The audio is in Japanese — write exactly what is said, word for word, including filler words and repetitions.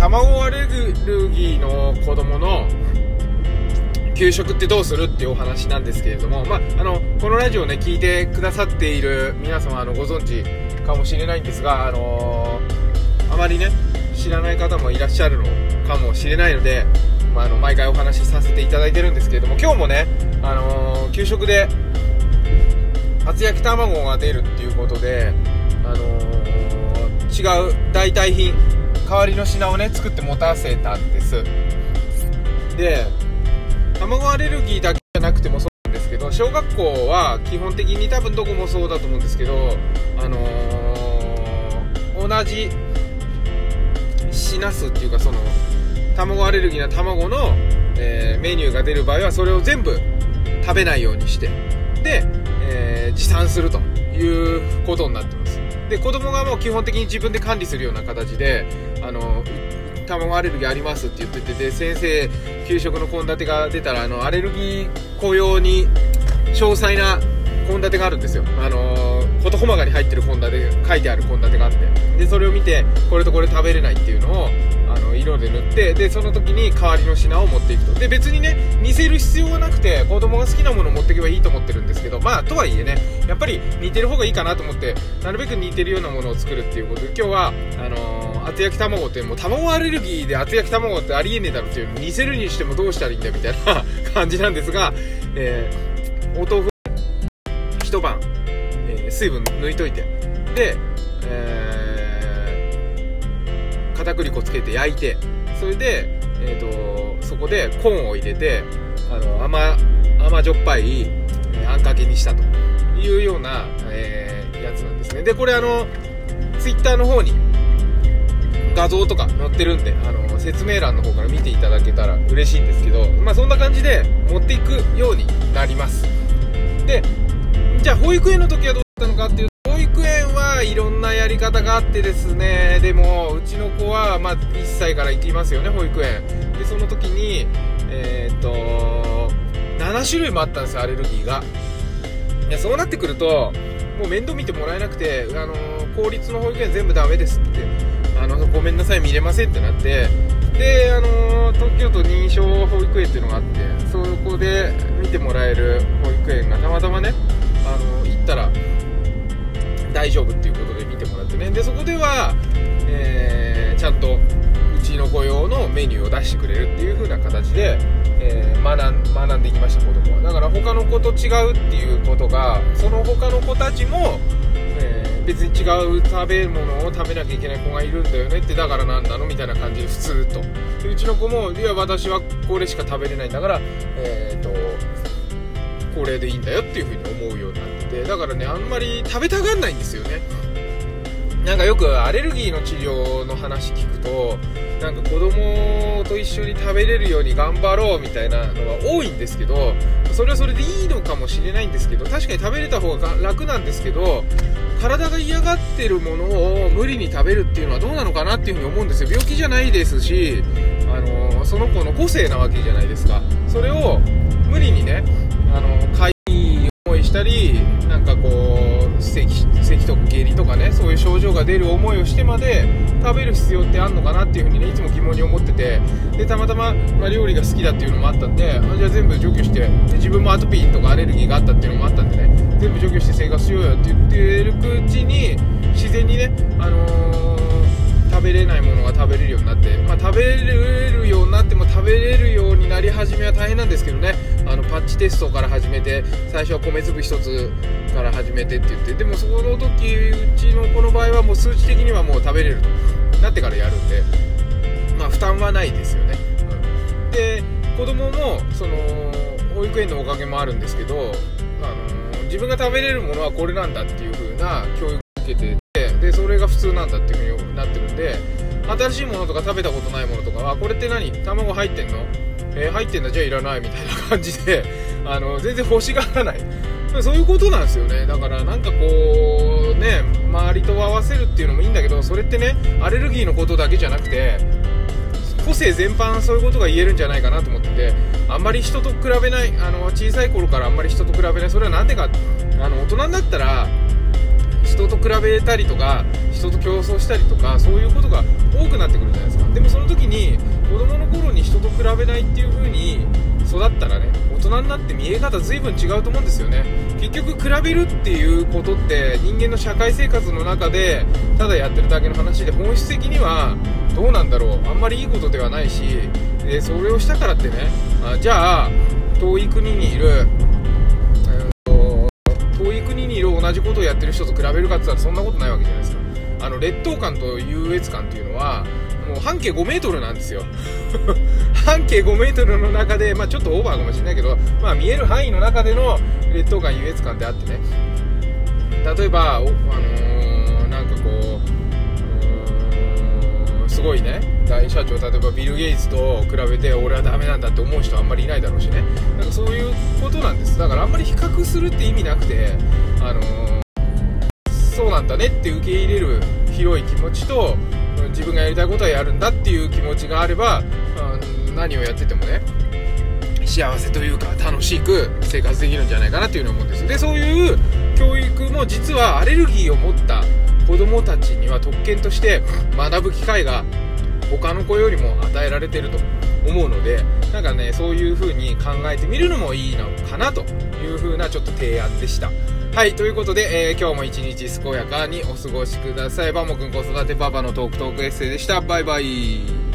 卵アレルギーの子供の給食ってどうするっていうお話なんですけれども、まあ、あのこのラジオをね聞いてくださっている皆様あのご存知かもしれないんですが、あのー、あまりね知らない方もいらっしゃるのかもしれないので、まあ、あの毎回お話しさせていただいてるんですけれども、今日もね、あのー、給食で厚焼き卵が出るっていうことで、あのー、違う代替品代わりの品をね作って持たせたんです。で卵アレルギーだけじゃなくてもそうなんですけど、小学校は基本的に多分どこもそうだと思うんですけど、あのー、同じ品数っていうか、その卵アレルギーな卵の、えー、メニューが出る場合はそれを全部食べないようにして、で、えー、持参するということになってます。で子供がもう基本的に自分で管理するような形で、あの卵アレルギーありますって言ってて、で先生給食の献立が出たら、あのアレルギー子用に詳細な献立があるんですよ。あの事細かに入ってる献立書いてある献立があって、でそれを見てこれとこれ食べれないっていうのをあの色で塗って、でその時に代わりの品を持っていくと。で別にね似せる必要はなくて、子供が好きなものを持っていけばいいと思ってるんですけど、まあとはいえねやっぱり似てる方がいいかなと思って、なるべく似てるようなものを作るっていうことで、今日はあのー、厚焼き卵って、もう卵アレルギーで厚焼き卵ってありえねえだろっていう、似せるにしてもどうしたらいいんだみたいな感じなんですが、えー、お豆腐一晩、えー、水分抜いといて、で、えー、片栗粉つけて焼いて、それで、えー、とそこでコーンを入れて、あの 甘, 甘じょっぱい、えー、あんかけにしたというような、えー、やつなんですね。でこれあのツイッターの方に画像とか載ってるんで、あの説明欄の方から見ていただけたら嬉しいんですけど、まあそんな感じで持っていくようになります。でじゃあ保育園の時はどうだったのかっていうと、保育園はいろんなやり方があってですね、でもうちの子はまあいっさいから行きますよね、保育園で。その時にえー、っとなな種類もあったんですよ、アレルギーが。いやそうなってくるともう面倒見てもらえなくて、あの公立の保育園全部ダメですって、あのごめんなさい見れませんってなって、であの東京都認証保育園っていうのがあって、そこで見てもらえる保育園がたまたまね、あの行ったら大丈夫っていうことで見てもらってね、でそこでは、えー、ちゃんとうちの子用のメニューを出してくれるっていう風な形で、えー、学ん、学んでいきました、子供は。だから他の子と違うっていうことが、その他の子たちも、えー、別に違う食べ物を食べなきゃいけない子がいるんだよねって、だからなんなのみたいな感じで普通と。でうちの子も、いや私はこれしか食べれないんだから、えーとこれでいいんだよっていう風に思うようになってて、だからねあんまり食べたがんないんですよね。なんかよくアレルギーの治療の話聞くと、なんか子供と一緒に食べれるように頑張ろうみたいなのが多いんですけど、それはそれでいいのかもしれないんですけど、確かに食べれた方が楽なんですけど、体が嫌がってるものを無理に食べるっていうのはどうなのかなっていうふうに思うんですよ。病気じゃないですし、あのその子の個性なわけじゃないですか。それを無理にね、あのかゆい思いしたり、なんかこう咳咳とか下痢とかね、そういう症状が出る思いをしてまで食べる必要ってあんのかなっていうふうにね、いつも疑問に思ってて、でたまたま、まあ、料理が好きだっていうのもあったんで、あじゃあ全部除去して、で自分もアトピーとかアレルギーがあったっていうのもあったんでね、全部除去して生活しようよって言ってるうちに自然にね、あのー、食べれないものが食べれるようになって、まあ、食べれるようになっても食べれるようになり始めは大変なんですけどね、あのパッチテストから始めて、最初は米粒一つから始めてって言って、でもその時うちの子の場合はもう数値的にはもう食べれるとなってからやるんで、まあ負担はないですよね、うん、で子供もその保育園のおかげもあるんですけど、あのー、自分が食べれるものはこれなんだっていう風な教育を受けてて、でそれが普通なんだっていう風になってるんで、新しいものとか食べたことないものとかは、これって何卵入ってんの、えー、入ってんだじゃあいらないみたいな感じで、あの全然欲しがらない、そういうことなんですよね。だからなんかこうね、周りと合わせるっていうのもいいんだけど、それってねアレルギーのことだけじゃなくて個性全般そういうことが言えるんじゃないかなと思ってて、あんまり人と比べない、あの小さい頃からあんまり人と比べない、それはなんでか、あの大人になったら人人と比べたりとか人と競争したりとかそういうことが多くなってくるじゃないですか。でもその時に子供の頃に人と比べないっていう風に育ったらね、大人になって見え方随分違うと思うんですよね。結局比べるっていうことって人間の社会生活の中でただやってるだけの話で、本質的にはどうなんだろう、あんまりいいことではないし、でそれをしたからってね、あじゃあ遠い国にいる、えー、遠い国にいる同じことをやってる人と比べるかって言ったらそんなことないわけじゃないですか。あの劣等感と優越感っていうのはもう半径ごメートルなんですよ半径ごメートルの中で、まあ、ちょっとオーバーかもしれないけど、まあ、見える範囲の中での劣等感優越感ってあってね、例えば、あのー、なんかこうすごいね大社長、例えばビル・ゲイツと比べて俺はダメなんだって思う人はあんまりいないだろうしね、なんかそういうことなんです。だからあんまり比較するって意味なくて、あのー、そうなんだねって受け入れる広い気持ちと、自分がやりたいことはやるんだっていう気持ちがあれば、何をやっててもね幸せというか楽しく生活できるんじゃないかなっていうのを思うんです。でそういう教育も実はアレルギーを持った子どもたちには特権として学ぶ機会が他の子よりも与えられていると思うので、なんかねそういう風に考えてみるのもいいのかなという風なちょっと提案でした。はい、ということで、えー、今日も一日健やかにお過ごしください。バモくん子育てパパのトークトークエッセイでした。バイバイ。